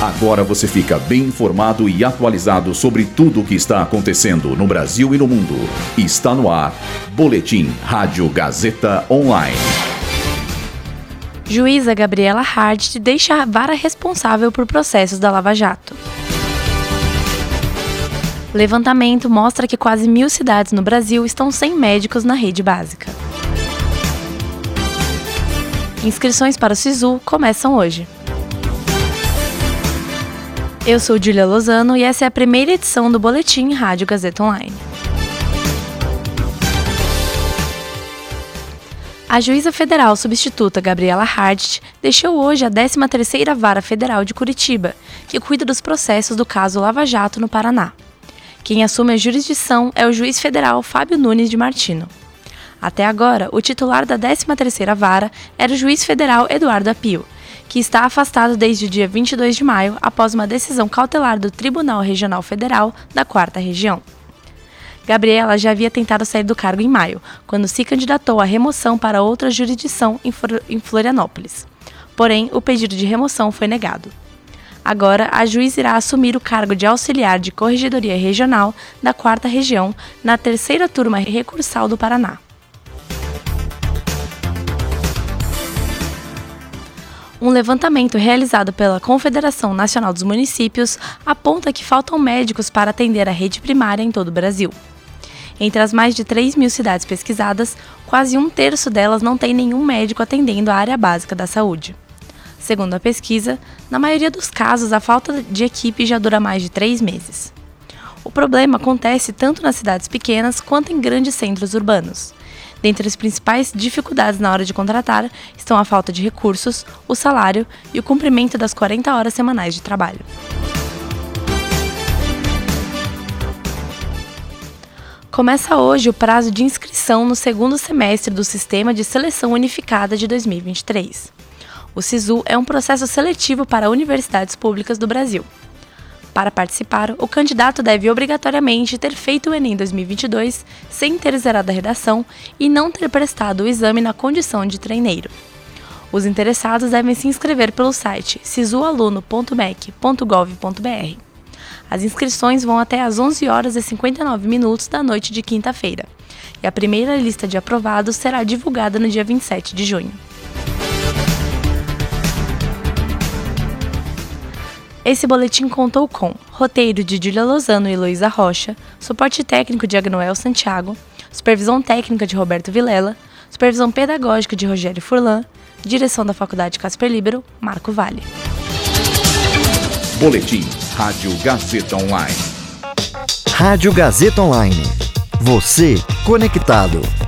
Agora você fica bem informado e atualizado sobre tudo o que está acontecendo no Brasil e no mundo. Está no ar, Boletim Rádio Gazeta Online. Juíza Gabriela Hard deixa a vara responsável por processos da Lava Jato. Levantamento mostra que quase 1.000 cidades no Brasil estão sem médicos na rede básica. Inscrições para o SISU começam hoje. Eu sou Júlia Lozano e essa é a primeira edição do Boletim Rádio Gazeta Online. A juíza federal substituta Gabriela Hard deixou hoje a 13ª Vara Federal de Curitiba, que cuida dos processos do caso Lava Jato no Paraná. Quem assume a jurisdição é o juiz federal Fábio Nunes de Martino. Até agora, o titular da 13ª Vara era o juiz federal Eduardo Apio, que está afastado desde o dia 22 de maio após uma decisão cautelar do Tribunal Regional Federal da 4ª Região. Gabriela já havia tentado sair do cargo em maio, quando se candidatou à remoção para outra jurisdição em Florianópolis. Porém, o pedido de remoção foi negado. Agora, a juíza irá assumir o cargo de auxiliar de Corregedoria Regional da 4ª Região na 3ª Turma Recursal do Paraná. Um levantamento realizado pela Confederação Nacional dos Municípios aponta que faltam médicos para atender a rede primária em todo o Brasil. Entre as mais de 3.000 cidades pesquisadas, quase 1/3 delas não tem nenhum médico atendendo a área básica da saúde. Segundo a pesquisa, na maioria dos casos a falta de equipe já dura mais de 3 meses. O problema acontece tanto nas cidades pequenas quanto em grandes centros urbanos. Dentre as principais dificuldades na hora de contratar estão a falta de recursos, o salário e o cumprimento das 40 horas semanais de trabalho. Começa hoje o prazo de inscrição no segundo semestre do Sistema de Seleção Unificada de 2023. O SISU é um processo seletivo para universidades públicas do Brasil. Para participar, o candidato deve obrigatoriamente ter feito o Enem 2022 sem ter zerado a redação e não ter prestado o exame na condição de treineiro. Os interessados devem se inscrever pelo site sisualuno.mec.gov.br. As inscrições vão até às 11h59 da noite de quinta-feira, e a primeira lista de aprovados será divulgada no dia 27 de junho. Esse boletim contou com roteiro de Júlia Lozano e Heloísa Rocha, suporte técnico de Agnoel Santiago, supervisão técnica de Roberto Vilela, supervisão pedagógica de Rogério Furlan, direção da Faculdade Casper Libero, Marco Vale. Boletim Rádio Gazeta Online. Rádio Gazeta Online. Você conectado.